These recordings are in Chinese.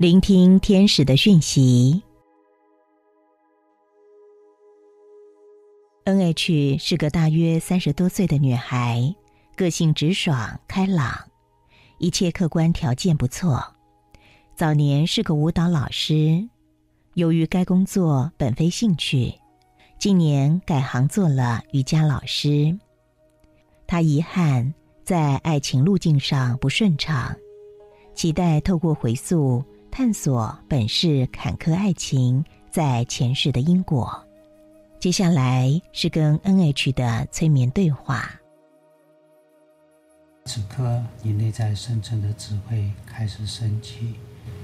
聆听天使的讯息。NH 是个大约30多岁的女孩，个性直爽开朗，一切客观条件不错。早年是个舞蹈老师，由于该工作本非兴趣，近年改行做了瑜伽老师。她遗憾在爱情路径上不顺畅，期待透过回溯探索本世坎坷爱情在前世的因果。接下来是跟 NH 的催眠对话。 此刻你内在深层的智慧开始升起，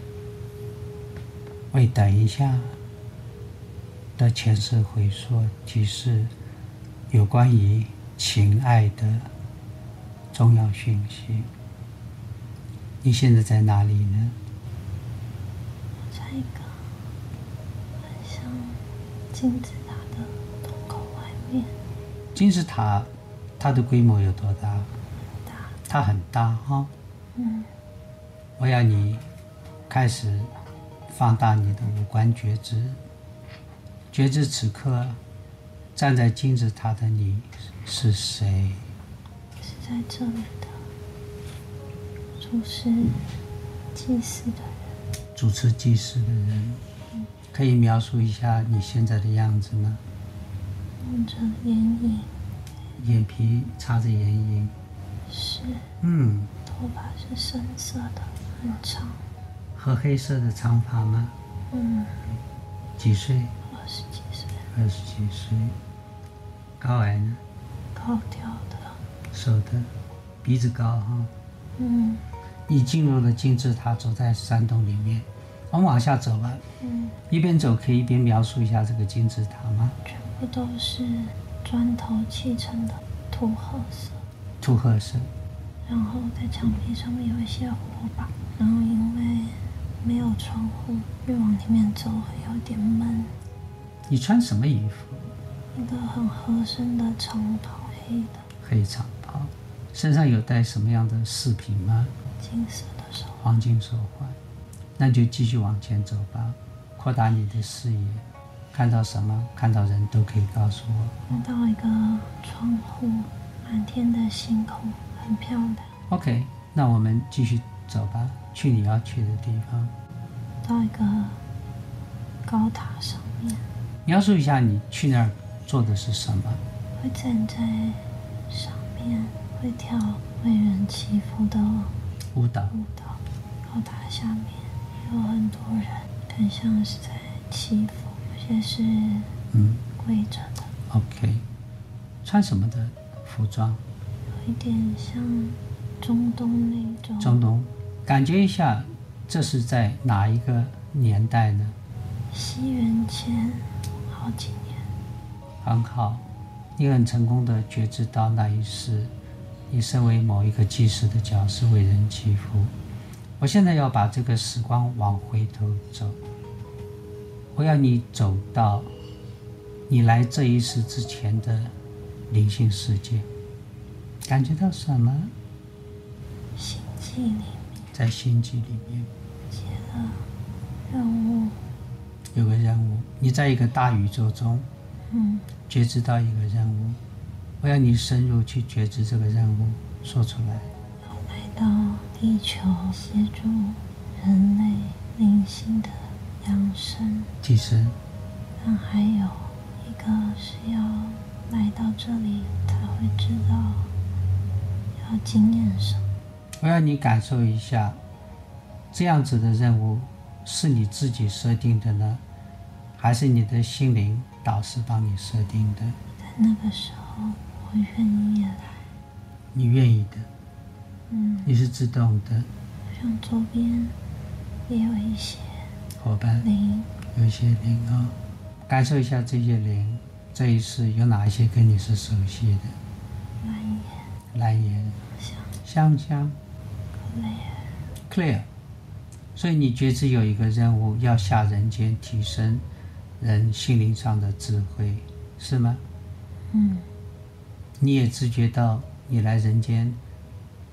为等一下的前世回溯提示有关于情爱的重要讯息。你现在在哪里呢？ 我在一个很像金字塔的洞口外面。 金字塔它的规模有多大？ 很大。 它很大哈。我要你开始放大你的五官觉知，觉知此刻站在金字塔的你是谁？ 是在这里的主持祭祀的人。 主持祭祀的人。可以描述一下你现在的样子吗？ 弄着眼影， 眼皮擦着眼影。 是。头发是深色的，很长。 和黑色的长发吗？几岁 ？20几岁。 20几岁。高矮呢？ 高挑的。 瘦的，鼻子高哈。你进入了金字塔，走在山洞里面。我们往下走吧。一边走可以一边描述一下这个金字塔吗？ 全部都是砖头砌成的土褐色。 土褐色。 然后在墙壁上面有一些火把，然后因为没有窗户，越往里面走有点闷。 你穿什么衣服？ 一个很合身的长袍，黑的。 黑长袍。身上有带什么样的饰品吗？ 金色的手环。 黄金手环。那就继续往前走吧，扩大你的视野，看到什么，看到人都可以告诉我。 看到一个窗户，满天的星空，很漂亮。 OK， 那我们继续走吧，去你要去的地方。 到一个高塔上面。 描述一下你去那儿做的是什么？ 会站在上面，会跳为人祈福的舞蹈。 高塔下面有很多人，更像是在祈福，有些是跪着的。 OK， 穿什么的服装？ 有一点像中东那种。 中东，感觉一下，这是在哪一个年代呢？ 西元前好几年。 很好，你很成功的觉知到那一世，你身为某一个祭司的角色，为人祈福。我现在要把这个时光往回头走，我要你走到你来这一世之前的灵性世界，感觉到什么？ 星际里面。 在星际里面接了任务。 有个任务，你在一个大宇宙中觉知到一个任务，我要你深入去觉知这个任务，说出来。 来到地球协助人类灵性的养生提升。 但还有一个是要来到这里才会知道要经验什么。 我要你感受一下，这样子的任务是你自己设定的呢，还是你的心灵导师帮你设定的？ 在那个时候我愿意也来。 你愿意的。你是自动的。 像周边也有一些伙伴灵， 有一些灵感受一下这些灵，这一世有哪一些跟你是熟悉的？蓝颜、香香、Clear。所以你觉知有一个任务要下人间，提升人心灵上的智慧，是吗？你也自觉到你来人间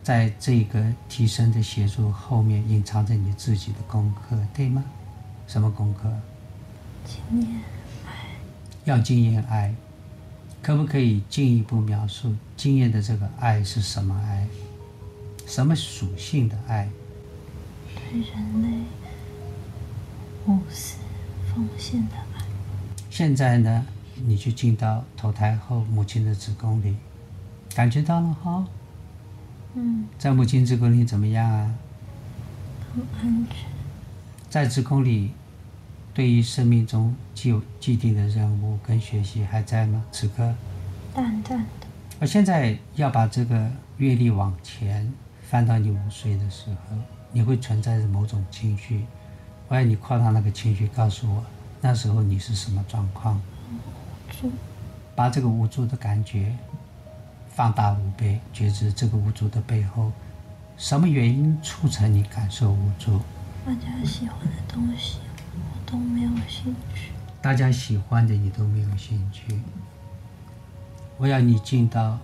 在这个提升的协助后面隐藏着你自己的功课，对吗？什么功课？ 经验爱。 要经验爱，可不可以进一步描述经验的这个爱是什么爱？什么属性的爱？ 对人类无私奉献的爱。 现在呢，你去进到投胎后母亲的子宫里，感觉到了哈？在母亲子宫里怎么样啊？ 很安全。 在子宫里，对于生命中既定的任务跟学习还在吗？此刻淡淡的。 我现在要把这个阅历往前翻到你5岁的时候，你会存在着某种情绪，我要你扩大那个情绪，告诉我那时候你是什么状况。 无助。 把这个无助的感觉放大5倍，觉知这个无助的背后，什么原因促成你感受无助？ 大家喜欢的东西我都没有兴趣。 大家喜欢的你都没有兴趣。我要你进到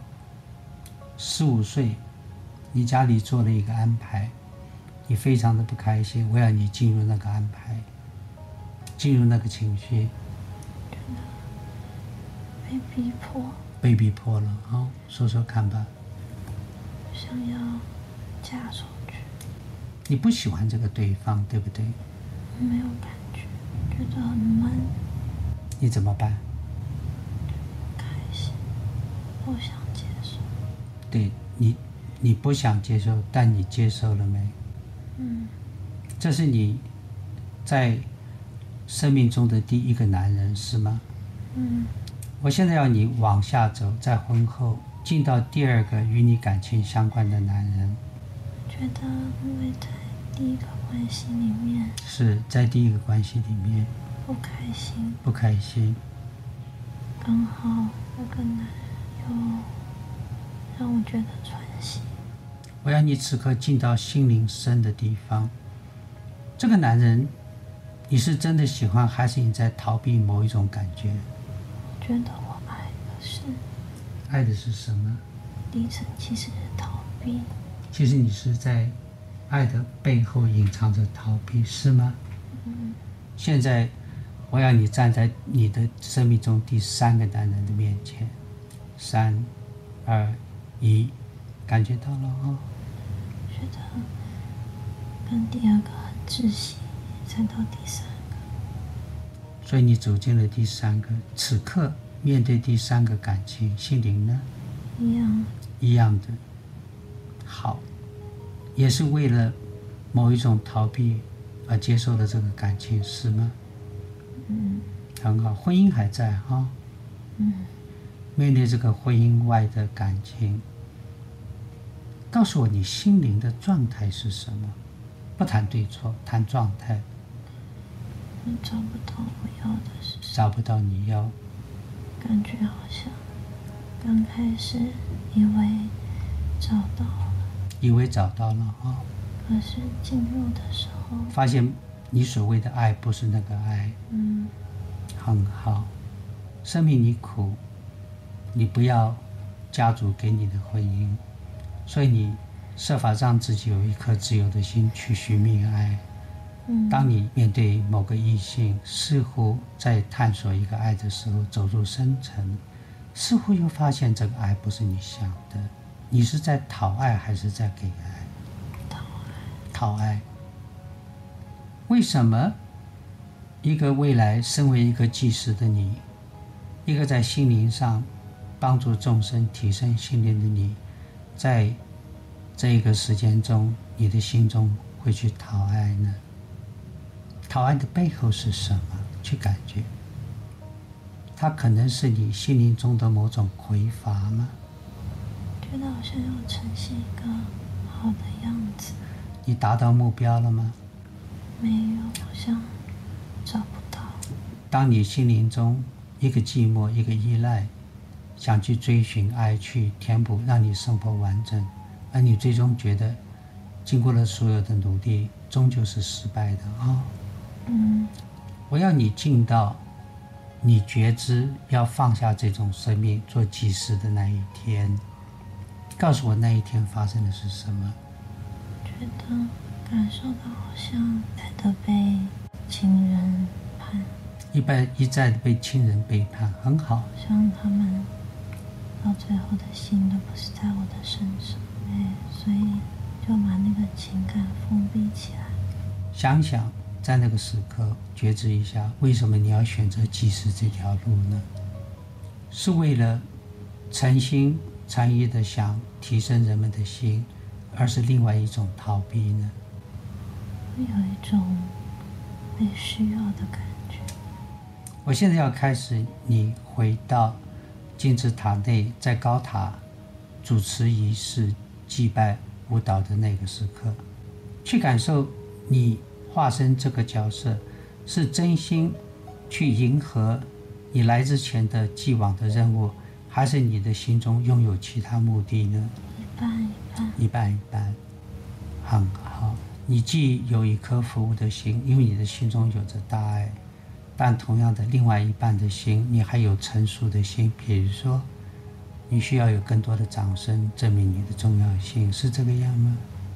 4、5岁，你家里做了一个安排，你非常的不开心，我要你进入那个安排，进入那个情绪。 觉得被逼迫。 被逼迫了啊，说说看吧。 想要嫁出去。 你不喜欢这个对方，对不对？ 没有感觉，觉得很闷。 你怎么办？ 不开心，不想接受。 对，你不想接受，但你接受了没？这是你在生命中的第一个男人，是吗？我现在要你往下走，在婚后进到第2个与你感情相关的男人。 觉得因为在第一个关系里面， 是在第一个关系里面不开心。 不开心。 刚好那个男人又让我觉得喘息。 我要你此刻进到心灵深的地方。这个男人，你是真的喜欢，还是你在逃避某一种感觉？ 觉得我爱的是。 爱的是什么？ 底层其实是逃避。 其实你是在爱的背后隐藏着逃避，是吗？现在我要你站在你的生命中第3个男人的面前。3、2、1，感觉到了啊？ 觉得跟第2个很窒息，才到第3个。 所以你走进了第3个，此刻面对第3个感情，心灵呢？一样的。好，也是为了某一种逃避而接受的这个感情，是吗？很好，婚姻还在哈。面对这个婚姻外的感情，告诉我你心灵的状态是什么？不谈对错，谈状态。 我找不到我要的是什么。 找不到你要。 感觉好像刚开始以为找到了， 以为找到了哈。 可是进入的时候， 发现你所谓的爱不是那个爱。很好。生命你苦，你不要家族给你的婚姻，所以你设法让自己有一颗自由的心去寻觅爱。当你面对某个异性，似乎在探索一个爱的时候，走入深层，似乎又发现这个爱不是你想的。你是在讨爱还是在给爱？讨爱。为什么一个未来身为一个祭司的你，一个在心灵上帮助众生提升心灵的你，在这一个时间中，你的心中会去讨爱呢？讨爱的背后是什么？去感觉，它可能是你心灵中的某种匮乏吗？ 觉得好像要呈现一个好的样子。 你达到目标了吗？ 没有，好像找不到。 当你心灵中一个寂寞，一个依赖，想去追寻爱，去填补，让你生活完整，而你最终觉得经过了所有的努力，终究是失败的啊。我要你进到你觉知要放下这种生命，做祭司的那一天。 告诉我那一天发生的是什么？ 觉得感受到好像在的被亲人叛， 一再的被亲人背叛，很好。 好像他们到最后的心都不是在我的身上，所以就把那个情感封闭起来。 想想在那个时刻觉知一下，为什么你要选择祭司这条路呢？是为了诚心诚意的想提升人们的心，而是另外一种逃避呢？ 会有一种被需要的感觉。 我现在要开始你回到金字塔内，在高塔主持仪式祭拜舞蹈的那个时刻，去感受你化身这个角色是真心去迎合你来之前的既往的任务，还是你的心中拥有其他目的呢？ 一半一半。 一半一半，很好。你既有一颗服务的心，因为你的心中有着大爱，但同样的另外一半的心，你还有成熟的心。比如说你需要有更多的掌声证明你的重要性，是这个样吗？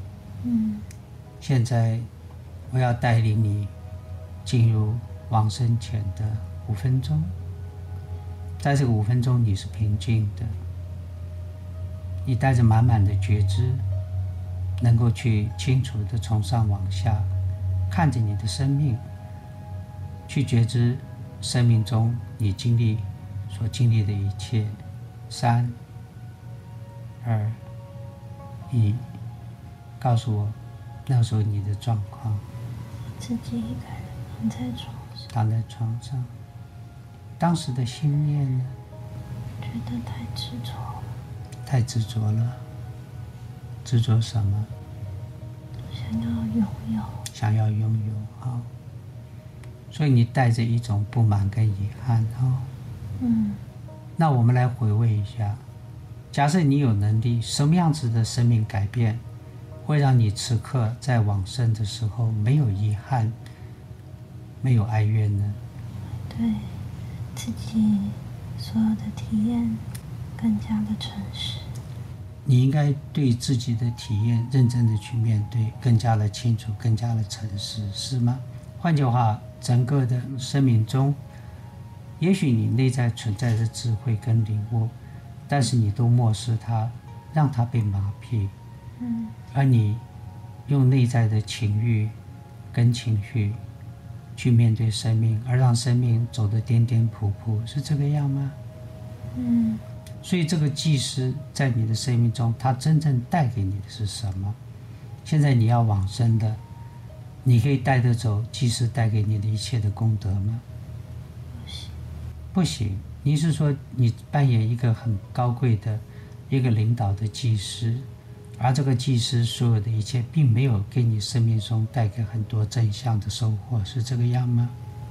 现在我要带领你进入往生前的5分钟，在这个5分钟你是平静的，你带着满满的觉知，能够去清楚的从上往下看着你的生命，去觉知生命中你所经历的一切。3、2、1，告诉我那时候你的状况。 自己一个人躺在床上，当时的心念呢？ 觉得太执着了。 太执着了。执着什么？ 想要拥有。 想要拥有啊，所以你带着一种不满跟遗憾啊。那我们来回味一下，假设你有能力，什么样子的生命改变会让你此刻在往生的时候没有遗憾，没有哀怨呢？ 对自己所有的体验更加的诚实。 你应该对自己的体验认真的去面对，更加的清楚，更加的诚实，是吗？换句话，整个的生命中，也许你内在存在的智慧跟领悟，但是你都漠视它，让它被麻痹。而你用内在的情欲跟情绪去面对生命，而让生命走得颠颠扑扑，是这个样吗？所以这个祭司在你的生命中，他真正带给你的是什么？现在你要往生的，你可以带得走祭司带给你的一切的功德吗？不行。你是说你扮演一个很高贵的一个领导的祭司，而这个祭司所有的一切并没有给你生命中带给很多正向的收获，是这个样吗？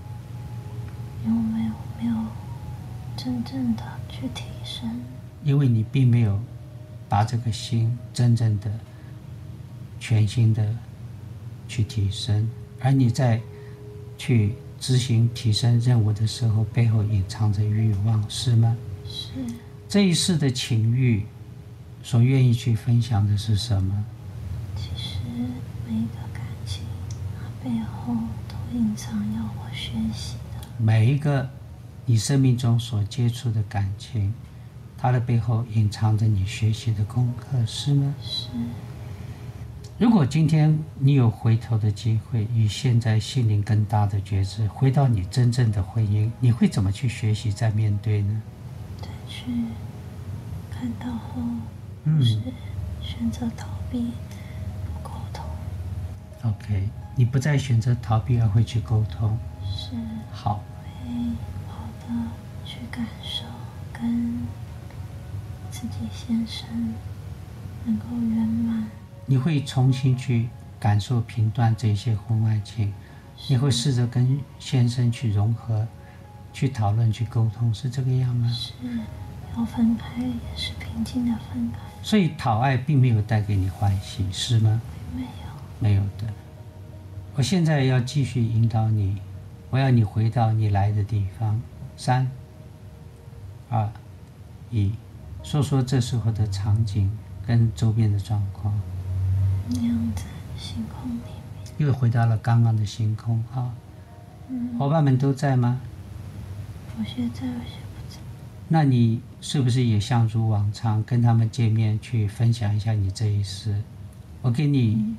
没有真正的去提升， 因为你并没有把这个心真正的全心的去提升，而你在去执行提升任务的时候，背后隐藏着欲望，是吗？ 是。 这一世的情欲所愿意去分享的是什么？ 其实每一个感情，它背后都隐藏要我学习的。 每一个你生命中所接触的感情，它的背后隐藏着你学习的功课，是吗？ 是。 如果今天你有回头的机会，与现在心灵更大的觉知，回到你真正的婚姻，你会怎么去学习再面对呢？ 再去看到后，不是选择逃避，不沟通。 OK， 你不再选择逃避，而会去沟通。 是。 好。 会好的去感受，跟自己先生能够圆满。 你会重新去感受评断这些婚外情，你会试着跟先生去融合，去讨论，去沟通，是这个样吗？ 是。要分开也是平静的分开。 所以讨爱并没有带给你欢喜，是吗？ 没有。 没有的。我现在要继续引导你，我要你回到你来的地方。3、2、1，说说这时候的场景， 跟周边的状况。 那样子星空里面， 又回到了刚刚的星空哈。伙伴们都在吗？ 有些在，有些不在。 那你是不是也像如往常跟他们见面，去分享一下你这一世？我给你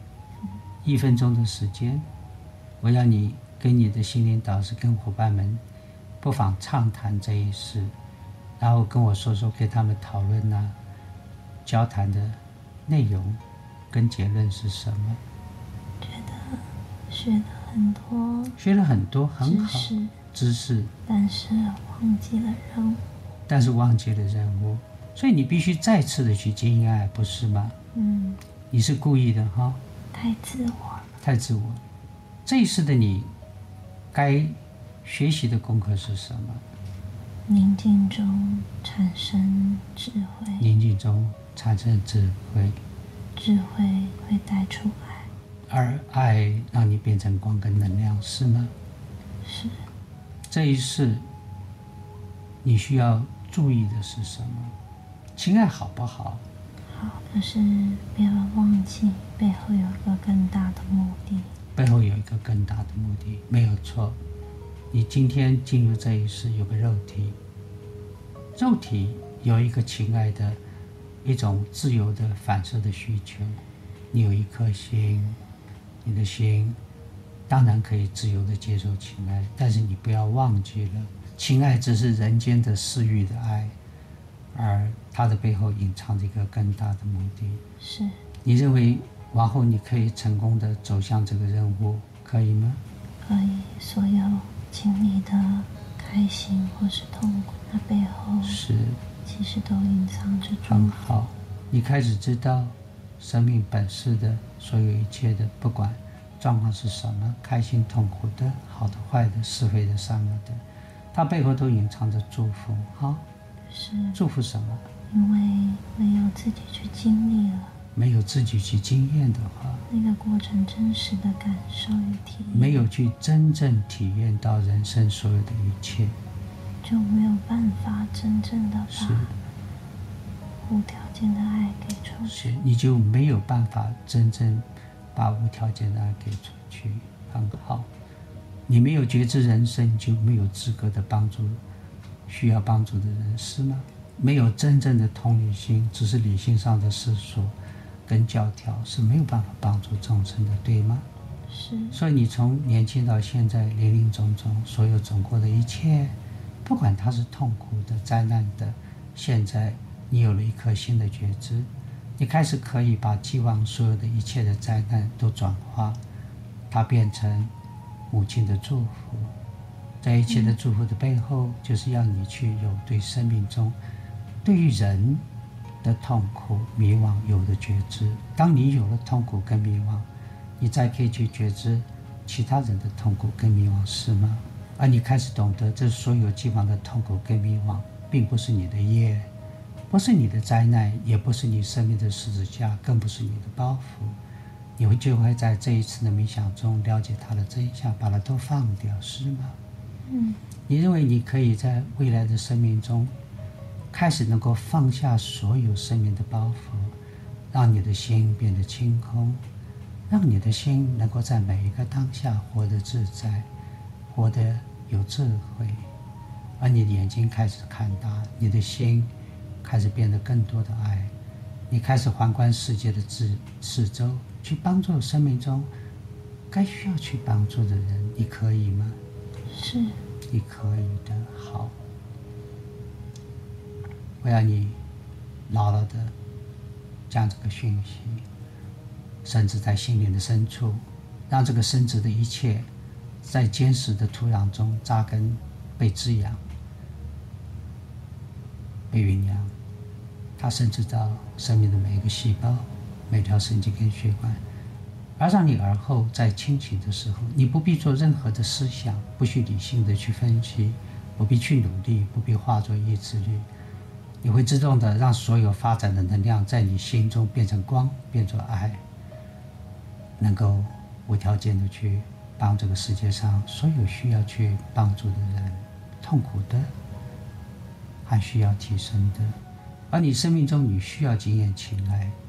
1分钟的时间，我要你跟你的心灵导师、跟伙伴们，不妨畅谈这一世，然后跟我说说，跟他们讨论啊，交谈的内容跟结论是什么？ 觉得学了很多， 学了很多，很好知识， 但是忘记了任务。 但是忘记了任务，所以你必须再次的去经验爱，不是吗？你是故意的哈， 太自我了， 太自我。这一世的你，该学习的功课是什么？ 宁静中产生智慧， 宁静中产生智慧， 智慧会带出爱， 而爱让你变成光跟能量，是吗？ 是。 这一世，你需要注意的是什么？情爱好不好？ 好，可是不要忘记背后有一个更大的目的。 背后有一个更大的目的，没有错。你今天进入这一世有个肉体，肉体有一个情爱的一种自由的反射的需求。你有一颗心，你的心当然可以自由的接受情爱，但是你不要忘记了，情爱只是人间的私欲的爱，而它的背后隐藏着一个更大的目的。 是。 你认为往后你可以成功的走向这个任务，可以吗？ 可以。所有经历的开心或是痛苦，那背后是其实都隐藏着很好。你开始知道生命本是的所有一切的，不管状况是什么，开心痛苦的，好的坏的，是非的善恶的，它背后都隐藏着祝福。好， 是祝福什么？ 因为没有自己去经历了， 没有自己去经验的话， 那个过程真实的感受与体验， 没有去真正体验到人生所有的一切， 就没有办法真正的把无条件的爱给出去。 你就没有办法真正把无条件的爱给出去。很好，你没有觉知人生，就没有资格的帮助需要帮助的人，是吗？没有真正的同理心，只是理性上的思索跟教条，是没有办法帮助众生的，对吗？ 是。 所以你从年轻到现在，林林总总所有走过的一切，不管它是痛苦的、灾难的，现在你有了一颗新的觉知，你开始可以把既往所有的一切的灾难都转化，它变成母亲的祝福。在一切的祝福的背后，就是要你去有对生命中对于人的痛苦迷惘有的觉知。当你有了痛苦跟迷惘，你再可以去觉知其他人的痛苦跟迷惘，是吗？而你开始懂得，这所有既往的痛苦跟迷惘并不是你的业，不是你的灾难，也不是你生命的十字架，更不是你的包袱。你就会在这一次的冥想中了解它的真相，把它都放掉，是吗？你认为你可以在未来的生命中开始能够放下所有生命的包袱，让你的心变得清空，让你的心能够在每一个当下活得自在，活得有智慧，而你的眼睛开始看大，你的心开始变得更多的爱，你开始环观世界的四周，去帮助生命中该需要去帮助的人，你可以吗？ 是。 你可以的。好，我要你牢牢的将这个讯息，甚至在心灵的深处，让这个深植的一切在坚实的土壤中扎根，被滋养，被酝酿，它甚至到生命的每一个细胞、每条神经跟血管，而让你而后在清醒的时候，你不必做任何的思想，不需理性的去分析，不必去努力，不必化作意志力，你会自动的让所有发展的能量在你心中变成光，变作爱，能够无条件的去帮这个世界上所有需要去帮助的人，痛苦的还需要提升的。而你生命中你需要经验情爱，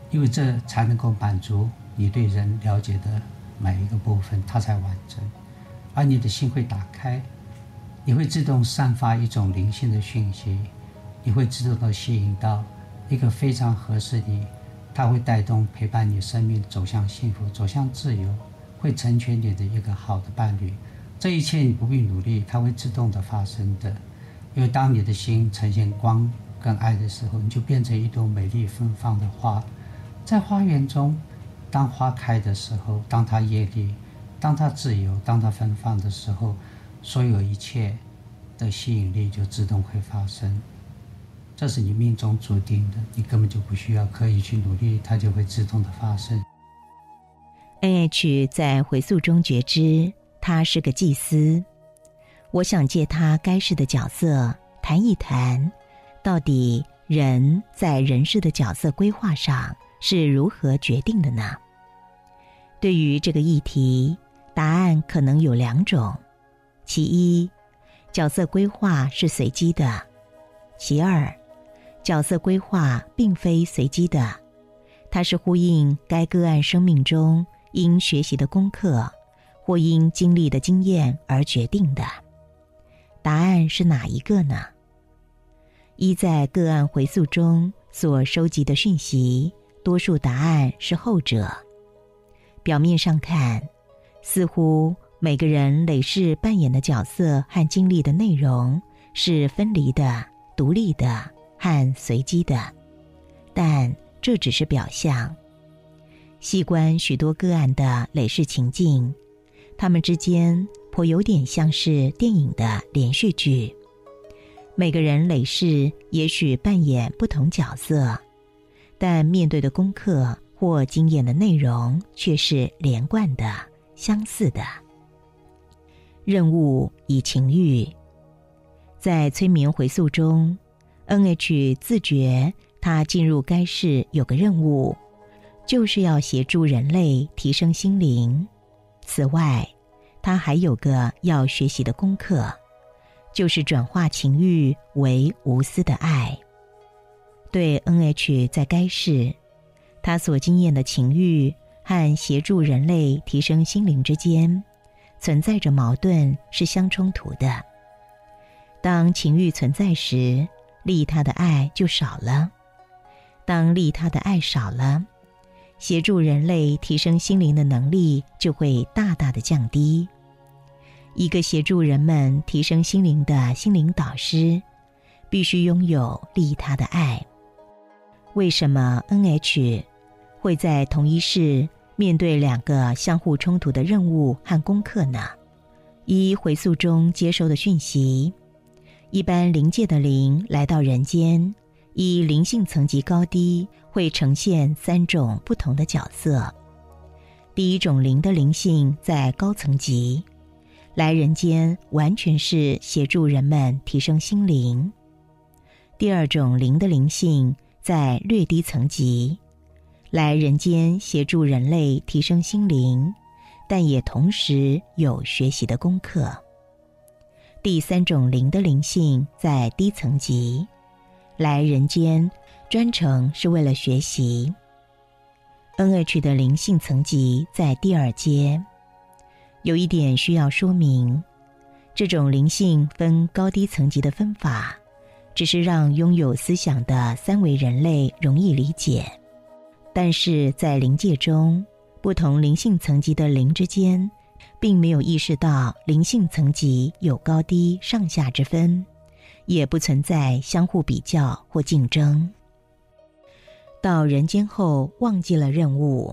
因为这才能够满足你对人了解的每一个部分，它才完整。而你的心会打开，你会自动散发一种灵性的讯息，你会自动的吸引到一个非常合适你，它会带动陪伴你生命走向幸福，走向自由，会成全你的一个好的伴侣。这一切你不必努力，它会自动的发生的。因为当你的心呈现光跟爱的时候，你就变成一朵美丽芬芳的花。在花园中，当花开的时候，当它艳丽，当它自由，当它芬芳的时候，所有一切的吸引力就自动会发生。这是你命中注定的，你根本就不需要刻意去努力，它就会自动的发生。 NH 在回溯中觉知，他是个祭司。我想借他该世的角色谈一谈，到底人在人世的角色规划上是如何决定的呢？对于这个议题，答案可能有2种。其一，角色规划是随机的；其二，角色规划并非随机的，它是呼应该个案生命中因学习的功课或因经历的经验而决定的。答案是哪一个呢？依在个案回溯中所收集的讯息，多数答案是后者。表面上看，似乎每个人累世扮演的角色和经历的内容是分离的、独立的和随机的，但这只是表象。细观许多个案的累世情境，他们之间颇有点像是电影的连续剧。每个人累世也许扮演不同角色，但面对的功课或经验的内容却是连贯的、相似的。任务与情欲，在催眠回溯中， NH 自觉他进入该世有个任务，就是要协助人类提升心灵。此外，他还有个要学习的功课，就是转化情欲为无私的爱。对 NH 在该世，他所经验的情欲和协助人类提升心灵之间存在着矛盾，是相冲突的。当情欲存在时，利他的爱就少了；当利他的爱少了，协助人类提升心灵的能力就会大大的降低。一个协助人们提升心灵的心灵导师，必须拥有利他的爱。为什么 NH 会在同一世面对2个相互冲突的任务和功课呢？依回溯中接收的讯息，一般灵界的灵来到人间，依灵性层级高低会呈现3种不同的角色。第一种灵的灵性在高层级，来人间完全是协助人们提升心灵。第二种灵的灵性在略低层级，来人间协助人类提升心灵，但也同时有学习的功课。第3种灵的灵性在低层级，来人间专程是为了学习。NH 的灵性层级在第2阶。有一点需要说明，这种灵性分高低层级的分法，只是让拥有思想的3维人类容易理解。但是在灵界中，不同灵性层级的灵之间并没有意识到灵性层级有高低上下之分，也不存在相互比较或竞争。到人间后忘记了任务。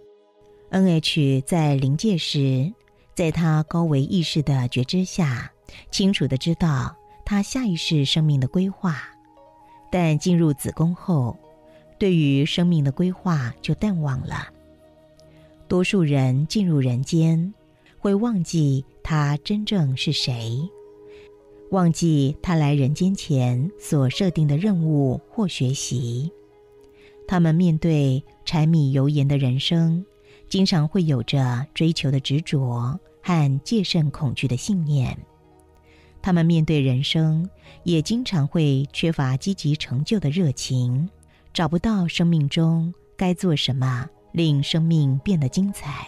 NH 在灵界时，在他高维意识的觉知下，清楚地知道他下一世生命的规划，但进入子宫后，对于生命的规划就淡忘了。多数人进入人间，会忘记他真正是谁，忘记他来人间前所设定的任务或学习。他们面对柴米油盐的人生，经常会有着追求的执着和戒慎恐惧的信念。他们面对人生，也经常会缺乏积极成就的热情，找不到生命中该做什么令生命变得精彩。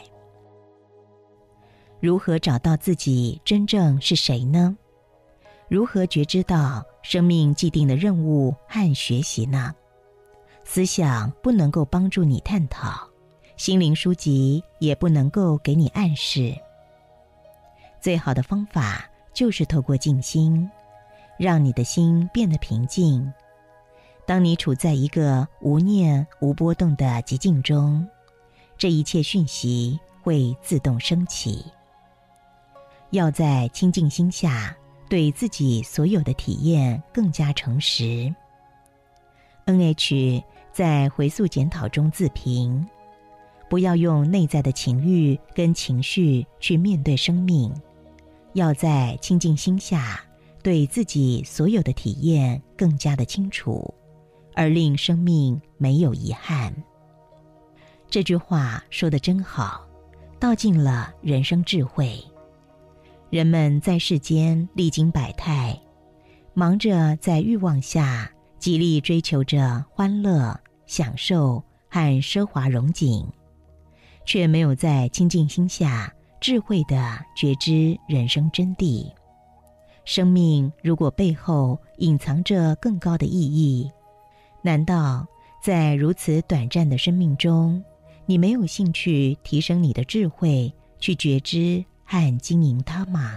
如何找到自己真正是谁呢？如何觉知到生命既定的任务和学习呢？思想不能够帮助你探讨，心灵书籍也不能够给你暗示。最好的方法就是透过静心，让你的心变得平静。当你处在一个无念无波动的寂静中，这一切讯息会自动升起。要在清净心下对自己所有的体验更加诚实。NH 在回溯检讨中自评，不要用内在的情欲跟情绪去面对生命，要在清净心下对自己所有的体验更加的清楚，而令生命没有遗憾。这句话说得真好，道尽了人生智慧。人们在世间历经百态，忙着在欲望下极力追求着欢乐、享受和奢华荣景，却没有在清净心下智慧地觉知人生真谛。生命如果背后隐藏着更高的意义，难道在如此短暂的生命中，你没有兴趣提升你的智慧，去觉知和经营它吗？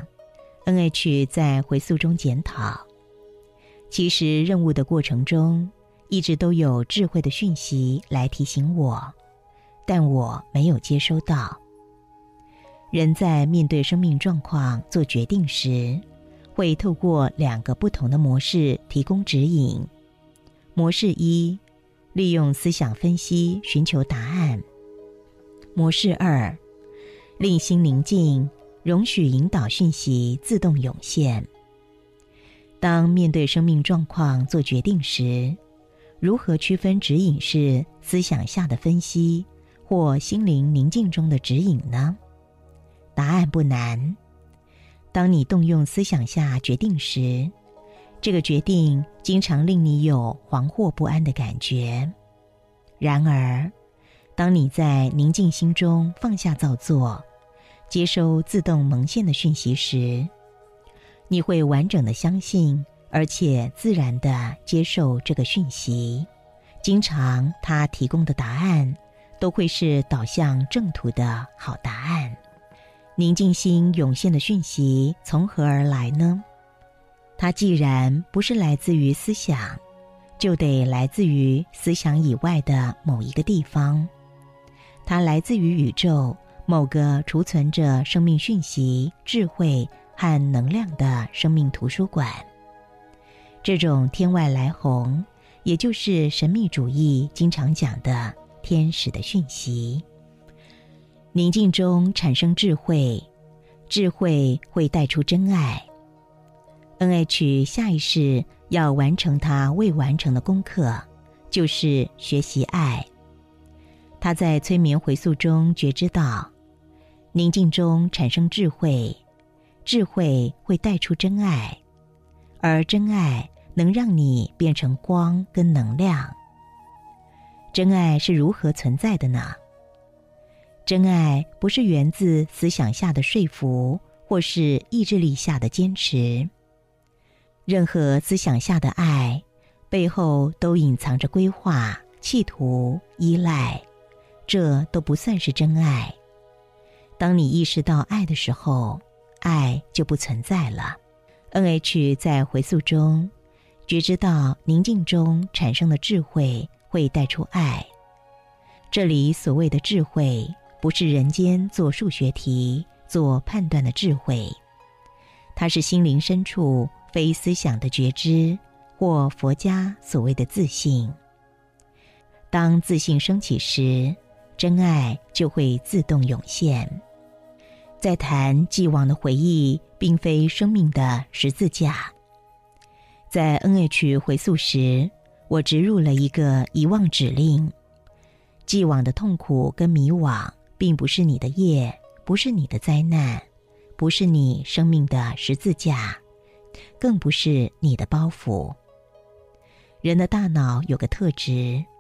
NH 在回溯中检讨，其实任务的过程中一直都有智慧的讯息来提醒我，但我没有接收到。人在面对生命状况做决定时，会透过2个不同的模式提供指引。模式1，利用思想分析寻求答案。模式2，令心宁静，容许引导讯息自动涌现。当面对生命状况做决定时，如何区分指引是思想下的分析或心灵宁静中的指引呢？答案不难。当你动用思想下决定时，这个决定经常令你有惶惑不安的感觉。然而，当你在宁静心中放下造作，接收自动蒙现的讯息时，你会完整的相信，而且自然的接受这个讯息。经常它提供的答案都会是导向正途的好答案。宁静心涌现的讯息从何而来呢？它既然不是来自于思想，就得来自于思想以外的某一个地方。它来自于宇宙某个储存着生命讯息、智慧和能量的生命图书馆。这种天外来鸿，也就是神秘主义经常讲的天使的讯息。宁静中产生智慧，智慧会带出真爱。NH 下一世要完成他未完成的功课，就是学习爱。他在催眠回溯中觉知到，宁静中产生智慧，智慧会带出真爱，而真爱能让你变成光跟能量。真爱是如何存在的呢？真爱不是源自思想下的说服，或是意志力下的坚持。任何思想下的爱，背后都隐藏着规划、企图、依赖，这都不算是真爱。当你意识到爱的时候，爱就不存在了。NH 在回溯中觉知到宁静中产生的智慧会带出爱。这里所谓的智慧，不是人间做数学题、做判断的智慧，它是心灵深处非思想的觉知，或佛家所谓的自信。当自信升起时，真爱就会自动涌现。在谈既往的回忆，并非生命的十字架。在 NH 回溯时，我植入了一个遗忘指令。既往的痛苦跟迷惘，并不是你的业，不是你的灾难，不是你生命的十字架，更不是你的包袱。人的大脑有个特质，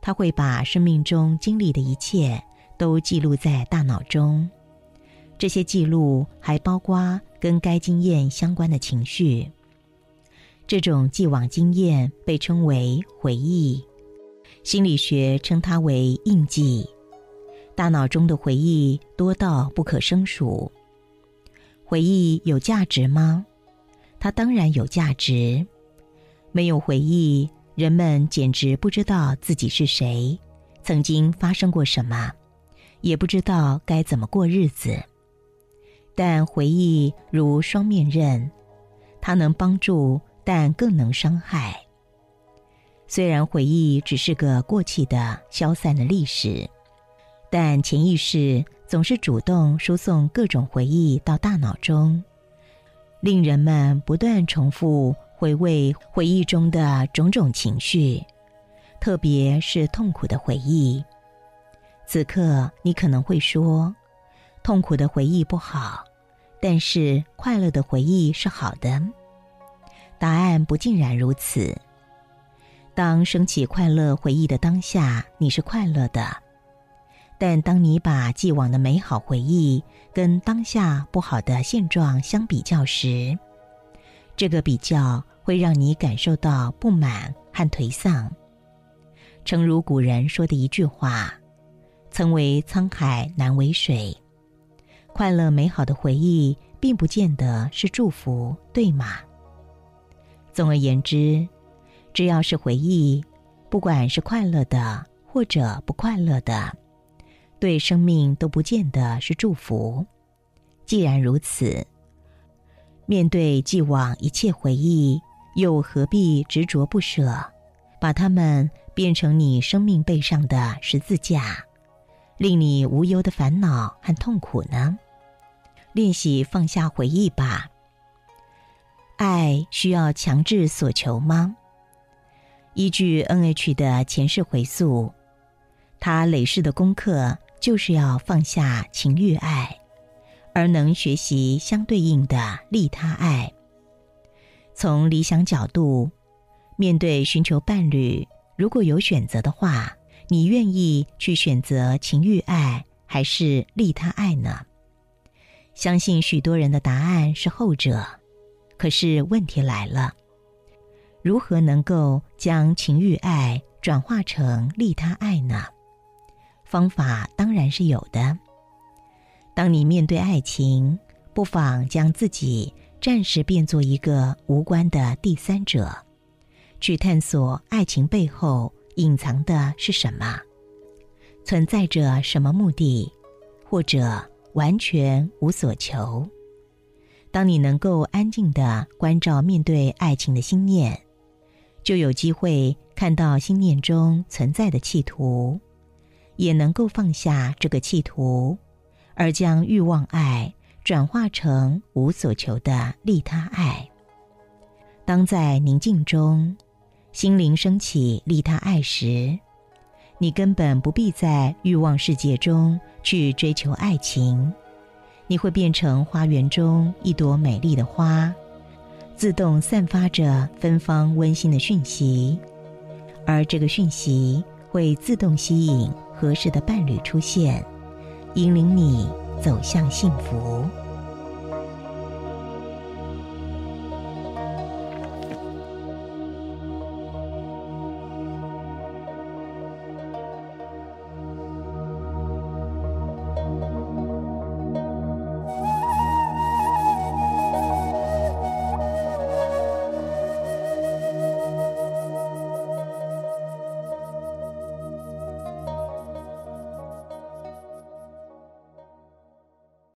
它会把生命中经历的一切都记录在大脑中。这些记录还包括跟该经验相关的情绪。这种既往经验被称为回忆，心理学称它为印记。大脑中的回忆多到不可胜数。回忆有价值吗？它当然有价值。没有回忆，人们简直不知道自己是谁，曾经发生过什么，也不知道该怎么过日子。但回忆如双面刃，它能帮助，但更能伤害。虽然回忆只是个过气的、消散的历史，但潜意识总是主动输送各种回忆到大脑中，令人们不断重复回味回忆中的种种情绪，特别是痛苦的回忆。此刻你可能会说，痛苦的回忆不好，但是快乐的回忆是好的。答案不尽然如此。当升起快乐回忆的当下，你是快乐的，但当你把既往的美好回忆跟当下不好的现状相比较时，这个比较会让你感受到不满和颓丧。诚如古人说的一句话，曾为沧海难为水。快乐美好的回忆并不见得是祝福，对吗？总而言之，只要是回忆，不管是快乐的或者不快乐的，对生命都不见得是祝福。既然如此，面对既往一切回忆，又何必执着不舍，把它们变成你生命背上的十字架，令你无忧的烦恼和痛苦呢？练习放下回忆吧。爱需要强制所求吗？依据 NH 的前世回溯，他累世的功课就是要放下情欲爱，而能学习相对应的利他爱。从理想角度，面对寻求伴侣，如果有选择的话，你愿意去选择情欲爱还是利他爱呢？相信许多人的答案是后者。可是问题来了，如何能够将情欲爱转化成利他爱呢？方法当然是有的。当你面对爱情，不妨将自己暂时变作一个无关的第三者，去探索爱情背后隐藏的是什么，存在着什么目的，或者完全无所求。当你能够安静地关照面对爱情的心念，就有机会看到心念中存在的企图，也能够放下这个企图，而将欲望爱转化成无所求的利他爱。当在宁静中，心灵升起利他爱时，你根本不必在欲望世界中去追求爱情，你会变成花园中一朵美丽的花，自动散发着芬芳温馨的讯息，而这个讯息会自动吸引合适的伴侣出现，引领你走向幸福。